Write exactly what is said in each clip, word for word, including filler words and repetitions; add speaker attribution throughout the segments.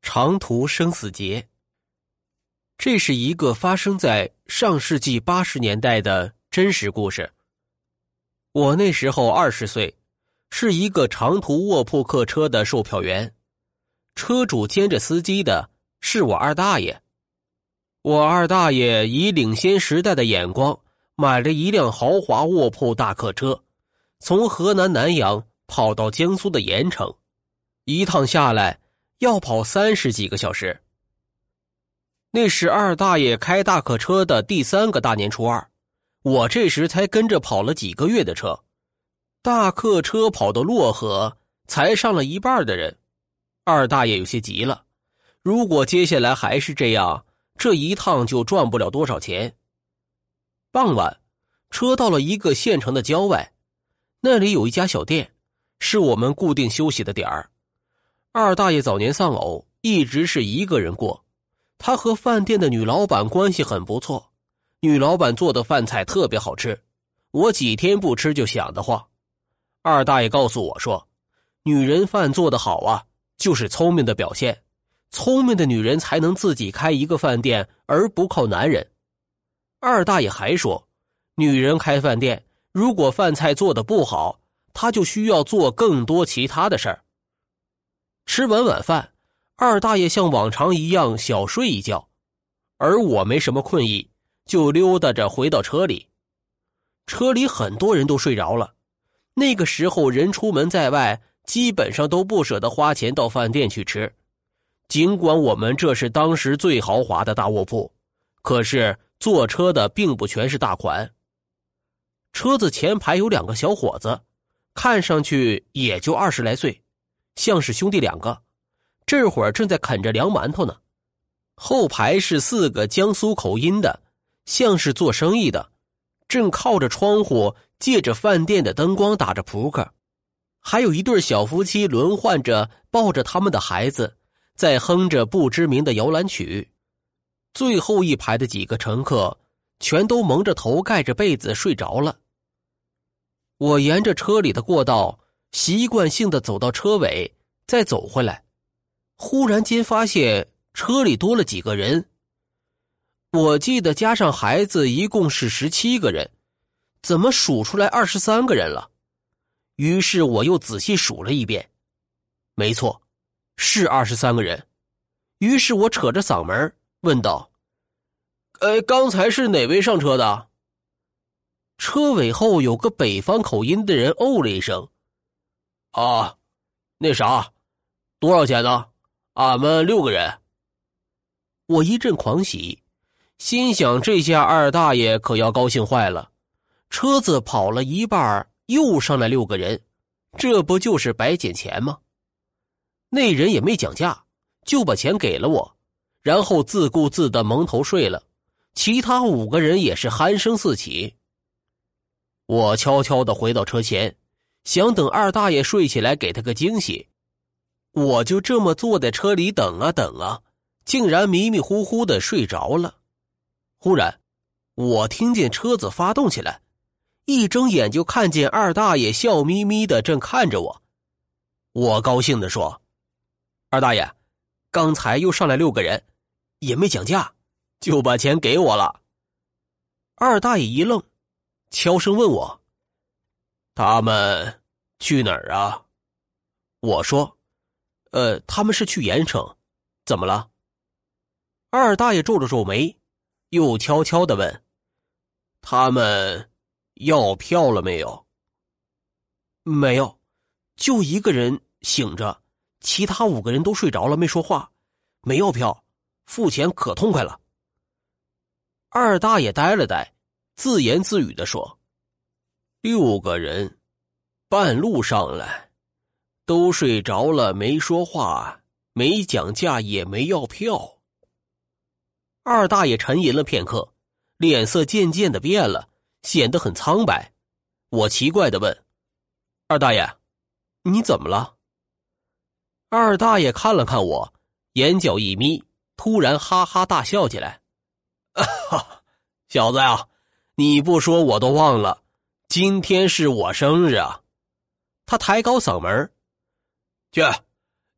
Speaker 1: 长途生死劫。这是一个发生在上世纪八十年代的真实故事。我那时候二十岁，是一个长途卧铺客车的售票员，车主兼着司机的是我二大爷。我二大爷以领先时代的眼光，买了一辆豪华卧铺大客车，从河南南阳跑到江苏的盐城，一趟下来要跑三十几个小时。那是二大爷开大客车的第三个大年初二，我这时才跟着跑了几个月的车。大客车跑到漯河，才上了一半的人。二大爷有些急了，如果接下来还是这样，这一趟就赚不了多少钱。傍晚，车到了一个县城的郊外，那里有一家小店，是我们固定休息的点儿。二大爷早年丧偶，一直是一个人过。他和饭店的女老板关系很不错，女老板做的饭菜特别好吃，我几天不吃就想得慌。二大爷告诉我说，女人饭做得好啊，就是聪明的表现，聪明的女人才能自己开一个饭店，而不靠男人。二大爷还说，女人开饭店，如果饭菜做得不好，她就需要做更多其他的事儿。吃完晚饭，二大爷像往常一样小睡一觉，而我没什么困意，就溜达着回到车里。车里很多人都睡着了，那个时候人出门在外，基本上都不舍得花钱到饭店去吃。尽管我们这是当时最豪华的大卧铺，可是坐车的并不全是大款。车子前排有两个小伙子，看上去也就二十来岁，像是兄弟两个，这会儿正在啃着凉馒头呢。后排是四个江苏口音的，像是做生意的，正靠着窗户借着饭店的灯光打着扑克。还有一对小夫妻轮换着抱着他们的孩子，在哼着不知名的摇篮曲。最后一排的几个乘客全都蒙着头盖着被子睡着了。我沿着车里的过道习惯性的走到车尾，再走回来，忽然间发现车里多了几个人。我记得加上孩子一共是十七个人，怎么数出来二十三个人了？于是我又仔细数了一遍，没错，是二十三个人。于是我扯着嗓门问道：呃，刚才是哪位上车的？车尾后有个北方口音的人哦了一声：啊，那啥，多少钱呢？俺们六个人。我一阵狂喜，心想这下二大爷可要高兴坏了，车子跑了一半又上来六个人，这不就是白捡钱吗？那人也没讲价，就把钱给了我，然后自顾自地蒙头睡了。其他五个人也是鼾声四起。我悄悄地回到车前，想等二大爷睡起来给他个惊喜。我就这么坐在车里等啊等啊，竟然迷迷糊糊地睡着了。忽然我听见车子发动起来，一睁眼就看见二大爷笑眯眯的正看着我。我高兴地说：二大爷，刚才又上来六个人，也没讲价，就把钱给我了。二大爷一愣，悄声问我：他们去哪儿啊？我说：呃，他们是去盐城，怎么了？二大爷皱了皱眉，又悄悄地问：他们要票了没有？没有，就一个人醒着，其他五个人都睡着了，没说话，没要票，付钱可痛快了。二大爷呆了呆，自言自语地说：六个人，半路上来，都睡着了，没说话，没讲价，也没要票。二大爷沉吟了片刻，脸色渐渐的变了，显得很苍白。我奇怪地问：二大爷，你怎么了？二大爷看了看我，眼角一眯，突然哈哈大笑起来。小子呀，你不说我都忘了，今天是我生日啊。他抬高嗓门：去，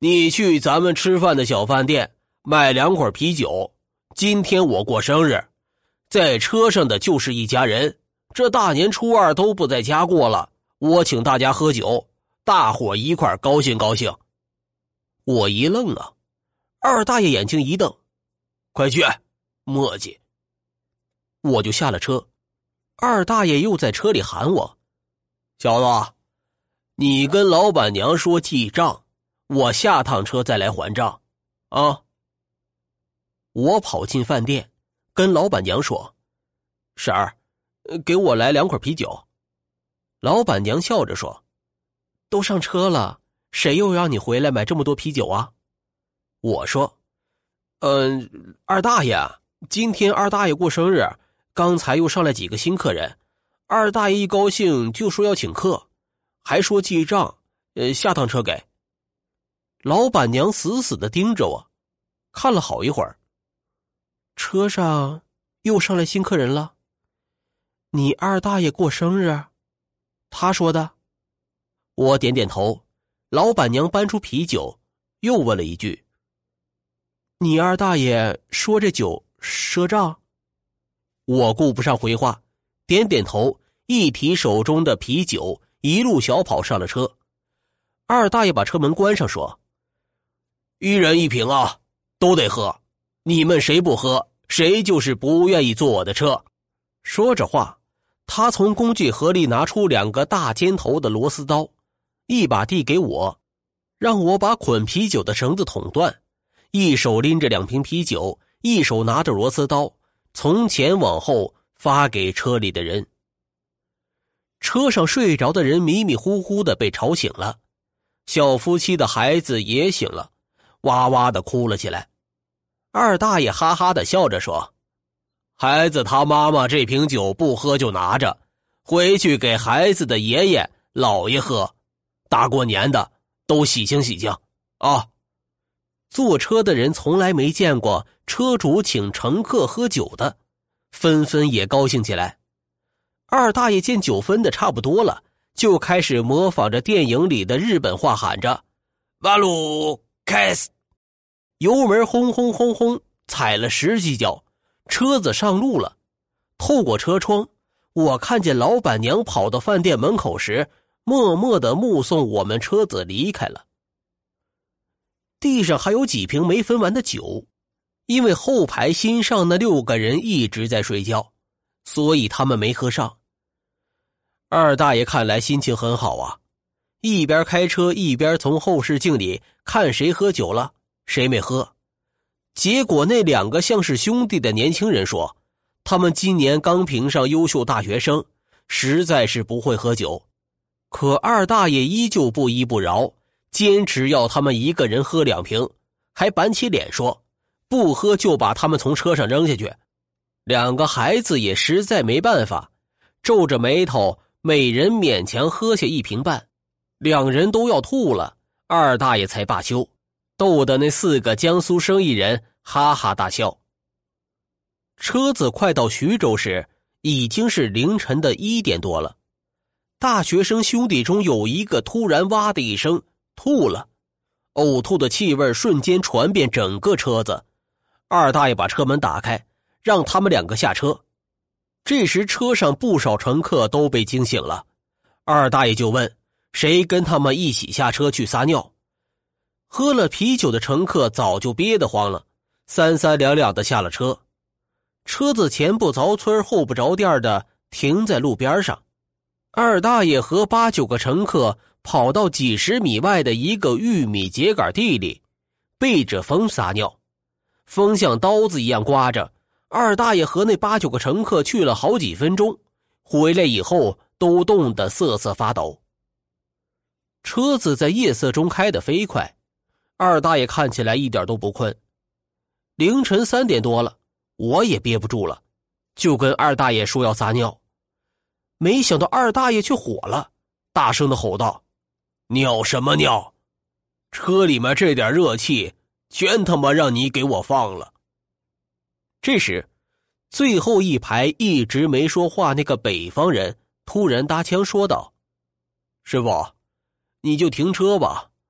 Speaker 1: 你去咱们吃饭的小饭店买两块啤酒，今天我过生日，在车上的就是一家人，这大年初二都不在家过了，我请大家喝酒，大伙一块高兴高兴。”我一愣啊，二大爷眼睛一瞪：“快去，磨叽！”我就下了车，二大爷又在车里喊我：“小子，你跟老板娘说记账，我下趟车再来还账啊。”我跑进饭店跟老板娘说：“婶儿，给我来两块啤酒。”老板娘笑着说：“都上车了，谁又让你回来买这么多啤酒啊？”我说：“嗯，二大爷，今天二大爷过生日，刚才又上来几个新客人，二大爷一高兴就说要请客，还说记账，呃，下趟车给。”老板娘死死地盯着我，看了好一会儿。车上又上来新客人了？你二大爷过生日？他说的。我点点头，老板娘搬出啤酒，又问了一句：“你二大爷说这酒赊账？”我顾不上回话，点点头，一提手中的啤酒，一路小跑上了车。二大爷把车门关上说：“一人一瓶啊，都得喝，你们谁不喝，谁就是不愿意坐我的车。”说着话，他从工具盒里拿出两个大尖头的螺丝刀，一把递给我，让我把捆啤酒的绳子捅断，一手拎着两瓶啤酒，一手拿着螺丝刀，从前往后发给车里的人。车上睡着的人迷迷糊糊的被吵醒了，小夫妻的孩子也醒了，哇哇的哭了起来。二大爷哈哈的笑着说：“孩子他妈妈这瓶酒不喝就拿着，回去给孩子的爷爷姥爷喝，大过年的都喜庆喜庆啊！”坐车的人从来没见过车主请乘客喝酒的，纷纷也高兴起来。二大爷见酒分的差不多了，就开始模仿着电影里的日本话喊着：“瓦鲁开始！”油门轰轰轰轰踩了十几脚，车子上路了。透过车窗，我看见老板娘跑到饭店门口时，默默地目送我们车子离开了。地上还有几瓶没分完的酒，因为后排新上那六个人一直在睡觉，所以他们没喝上。二大爷看来心情很好啊，一边开车一边从后视镜里看谁喝酒了，谁没喝。结果那两个像是兄弟的年轻人说，他们今年刚评上优秀大学生，实在是不会喝酒。可二大爷依旧不依不饶，坚持要他们一个人喝两瓶，还板起脸说不喝就把他们从车上扔下去。两个孩子也实在没办法，皱着眉头，每人勉强喝下一瓶半。两人都要吐了，二大爷才罢休，逗得那四个江苏生意人哈哈大笑。车子快到徐州时，已经是凌晨的一点多了。大学生兄弟中有一个突然哇的一声吐了，呕吐的气味瞬间传遍整个车子。二大爷把车门打开，让他们两个下车。这时车上不少乘客都被惊醒了，二大爷就问谁跟他们一起下车去撒尿。喝了啤酒的乘客早就憋得慌了，三三两两的下了车。车子前不着村后不着店的停在路边上。二大爷和八九个乘客跑到几十米外的一个玉米秸秆地里，背着风撒尿。风像刀子一样刮着，二大爷和那八九个乘客去了好几分钟，回来以后都冻得瑟瑟发抖。车子在夜色中开得飞快，二大爷看起来一点都不困。凌晨三点多了，我也憋不住了，就跟二大爷说要撒尿。没想到二大爷却火了，大声地吼道：“尿什么尿？车里面这点热气，全他妈让你给我放了！”这时，最后一排一直没说话那个北方人突然搭腔说道：“师傅，你就停车吧，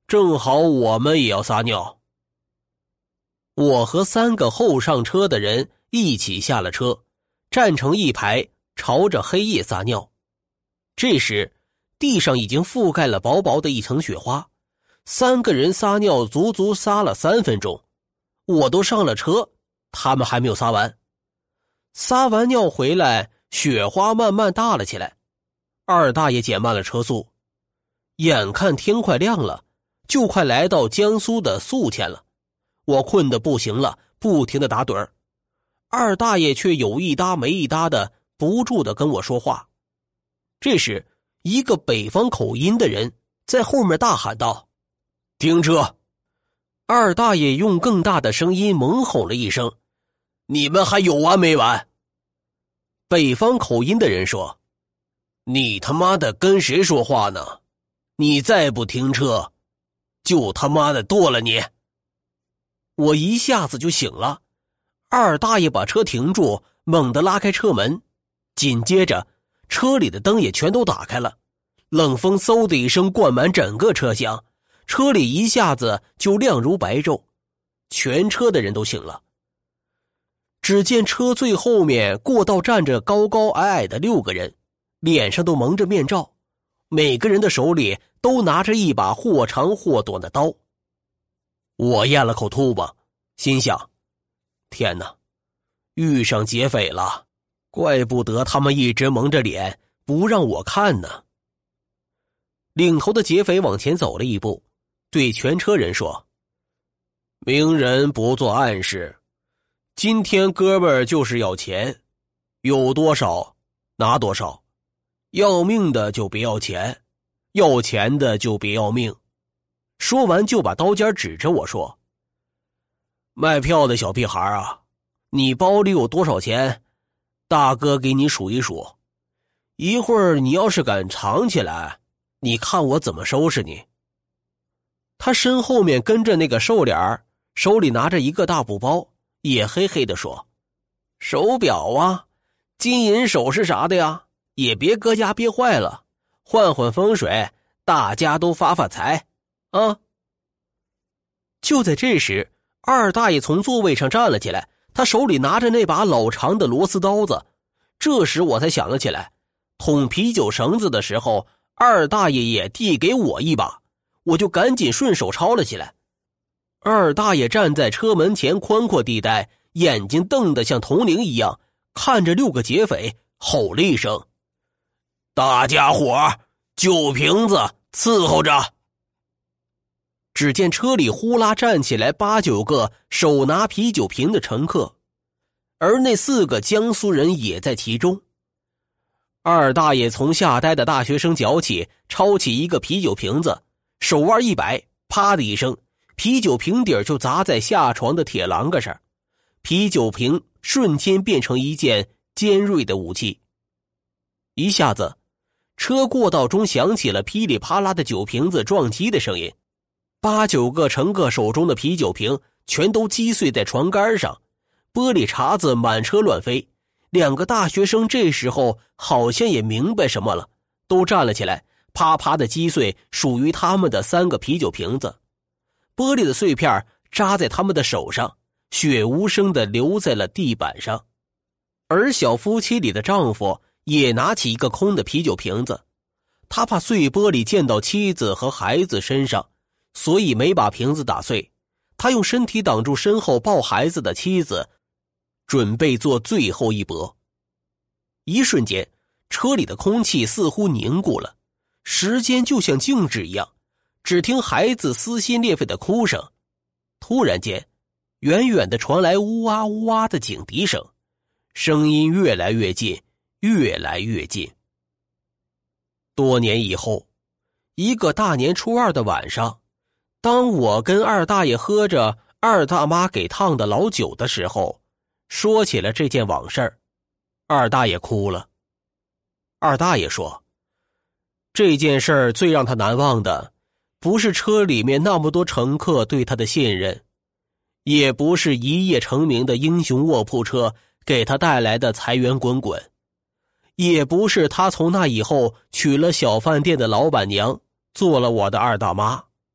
Speaker 1: 正好我们也要撒尿。我和三个后上车的人一起下了车，站成一排，朝着黑夜撒尿。这时地上已经覆盖了薄薄的一层雪花，三个人撒尿足足撒了三分钟。我都上了车，他们还没有撒完。撒完尿回来，雪花慢慢大了起来。二大爷减慢了车速，眼看天快亮了，就快来到江苏的宿迁了。我困得不行了，不停地打盹儿。二大爷却有一搭没一搭的不住地跟我说话。这时一个北方口音的人在后面大喊道：停车！二大爷用更大的声音猛吼了一声：你们还有完没完？北方口音的人说：你他妈的跟谁说话呢？你再不停车，就他妈的剁了你！我一下子就醒了。二大爷把车停住，猛地拉开车门，紧接着车里的灯也全都打开了，冷风嗖的一声灌满整个车厢，车里一下子就亮如白昼，全车的人都醒了。只见车最后面过道站着高高矮矮的六个人，脸上都蒙着面罩，每个人的手里都拿着一把或长或短的刀。我咽了口吐沫，心想：天哪，遇上劫匪了，怪不得他们一直蒙着脸不让我看呢。领头的劫匪往前走了一步，对全车人说：明人不做暗事，今天哥们儿就是要钱，有多少拿多少，要命的就别要钱，要钱的就别要命。说完就把刀尖指着我说：卖票的小屁孩啊，你包里有多少钱，大哥给你数一数，一会儿你要是敢藏起来，你看我怎么收拾你。他身后面跟着那个瘦脸，手里拿着一个大布包，也嘿嘿地说：手表啊，金银首饰啥的呀，也别搁家憋坏了，换换风水，大家都发发财啊！就在这时，二大爷从座位上站了起来，他手里拿着那把老长的螺丝刀子。这时我才想了起来，捅啤酒绳子的时候，二大爷也递给我一把，我就赶紧顺手抄了起来。二大爷站在车门前宽阔地带，眼睛瞪得像铜铃一样，看着六个劫匪，吼了一声：大家伙，酒瓶子伺候着！只见车里呼啦站起来八九个手拿啤酒瓶的乘客，而那四个江苏人也在其中。二大爷从下呆的大学生脚起，抄起一个啤酒瓶子，手腕一摆，啪的一声，啤酒瓶底儿就砸在下床的铁栏杆上，啤酒瓶瞬间变成一件尖锐的武器。一下子，车过道中响起了噼里啪啦的酒瓶子撞击的声音，八九个乘客手中的啤酒瓶全都击碎在床杆上，玻璃碴子满车乱飞。两个大学生这时候好像也明白什么了，都站了起来，啪啪的击碎属于他们的三个啤酒瓶子，玻璃的碎片扎在他们的手上，血无声地流在了地板上。而小夫妻里的丈夫也拿起一个空的啤酒瓶子，他怕碎玻璃溅到妻子和孩子身上，所以没把瓶子打碎，他用身体挡住身后抱孩子的妻子，准备做最后一搏。一瞬间，车里的空气似乎凝固了，时间就像静止一样，只听孩子撕心裂肺的哭声。突然间，远远的传来呜哇呜哇的警笛声，声音越来越近，越来越近。多年以后，一个大年初二的晚上，当我跟二大爷喝着二大妈给烫的老酒的时候，说起了这件往事，二大爷哭了。二大爷说，这件事儿最让他难忘的，不是车里面那么多乘客对他的信任，也不是一夜成名的英雄卧铺车给他带来的财源滚滚，也不是他从那以后娶了小饭店的老板娘，做了我的二大妈，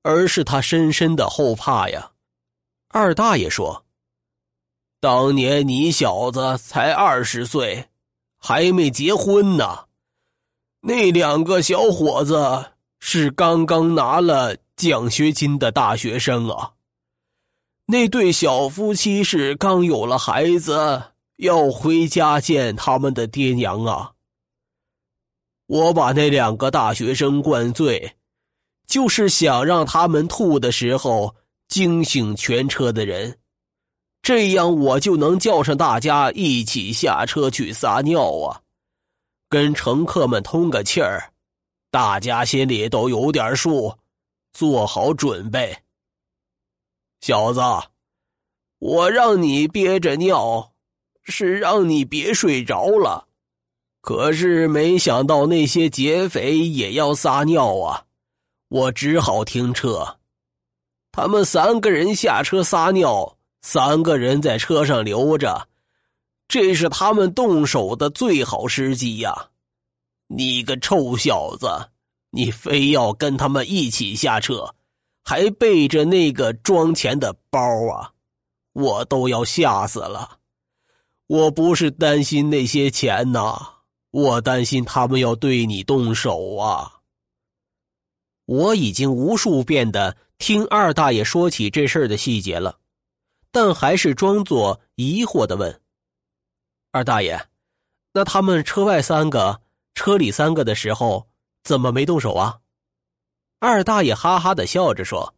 Speaker 1: 而是他深深的后怕呀。二大爷说：“当年你小子才二十岁，还没结婚呢。那两个小伙子是刚刚拿了奖学金的大学生啊。那对小夫妻是刚有了孩子，要回家见他们的爹娘啊。我把那两个大学生灌醉，就是想让他们吐的时候惊醒全车的人，这样我就能叫上大家一起下车去撒尿啊，跟乘客们通个气儿，大家心里都有点数，做好准备。小子，我让你憋着尿，是让你别睡着了，可是没想到那些劫匪也要撒尿啊，我只好停车。他们三个人下车撒尿，三个人在车上留着，这是他们动手的最好时机呀。你个臭小子，你非要跟他们一起下车，还背着那个装钱的包啊，我都要吓死了。我不是担心那些钱呐，我担心他们要对你动手啊。我已经无数遍的听二大爷说起这事儿的细节了，但还是装作疑惑的问：二大爷，那他们车外三个车里三个的时候怎么没动手啊？二大爷哈哈的笑着说：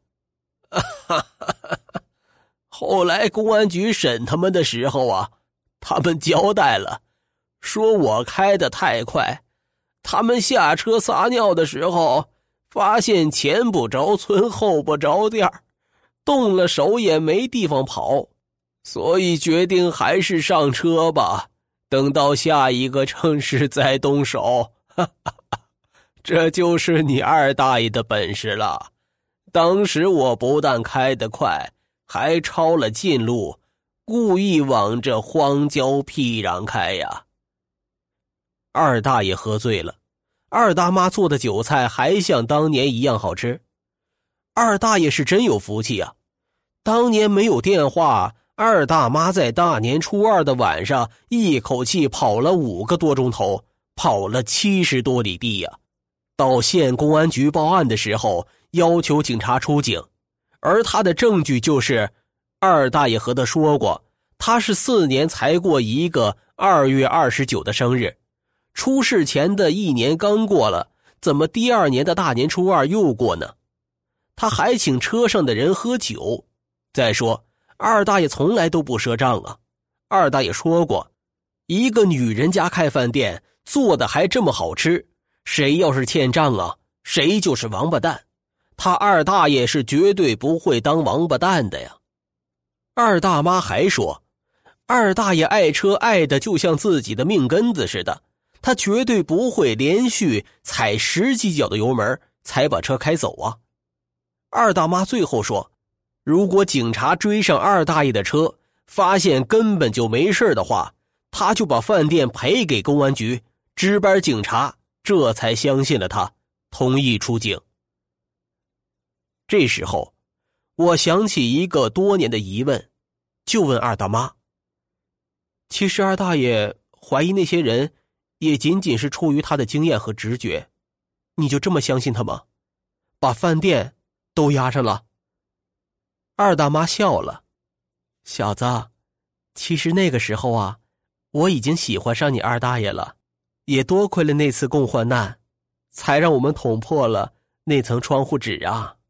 Speaker 1: 后来公安局审他们的时候啊，他们交代了，说我开得太快，他们下车撒尿的时候发现前不着村后不着店，动了手也没地方跑，所以决定还是上车吧，等到下一个城市再动手。这就是你二大爷的本事了。当时我不但开得快，还超了近路，故意往这荒郊僻壤开呀。二大爷喝醉了，二大妈做的酒菜还像当年一样好吃。二大爷是真有福气啊！当年没有电话，二大妈在大年初二的晚上一口气跑了五个多钟头，跑了七十多里地呀。到县公安局报案的时候，要求警察出警，而他的证据就是二大爷和他说过，他是四年才过一个二月二十九的生日，出事前的一年刚过了，怎么第二年的大年初二又过呢？他还请车上的人喝酒。再说二大爷从来都不赊账啊，二大爷说过，一个女人家开饭店，做的还这么好吃，谁要是欠账啊，谁就是王八蛋。他二大爷是绝对不会当王八蛋的呀。二大妈还说，二大爷爱车爱的就像自己的命根子似的，他绝对不会连续踩十几脚的油门才把车开走啊。二大妈最后说，如果警察追上二大爷的车，发现根本就没事的话，他就把饭店赔给公安局，值班警察这才相信了他，同意出警。这时候我想起一个多年的疑问，就问二大妈，其实二大爷怀疑那些人也仅仅是出于他的经验和直觉，你就这么相信他吗？把饭店都押上了？二大妈笑了，小子，其实那个时候啊，我已经喜欢上你二大爷了，也多亏了那次共患难，才让我们捅破了那层窗户纸啊。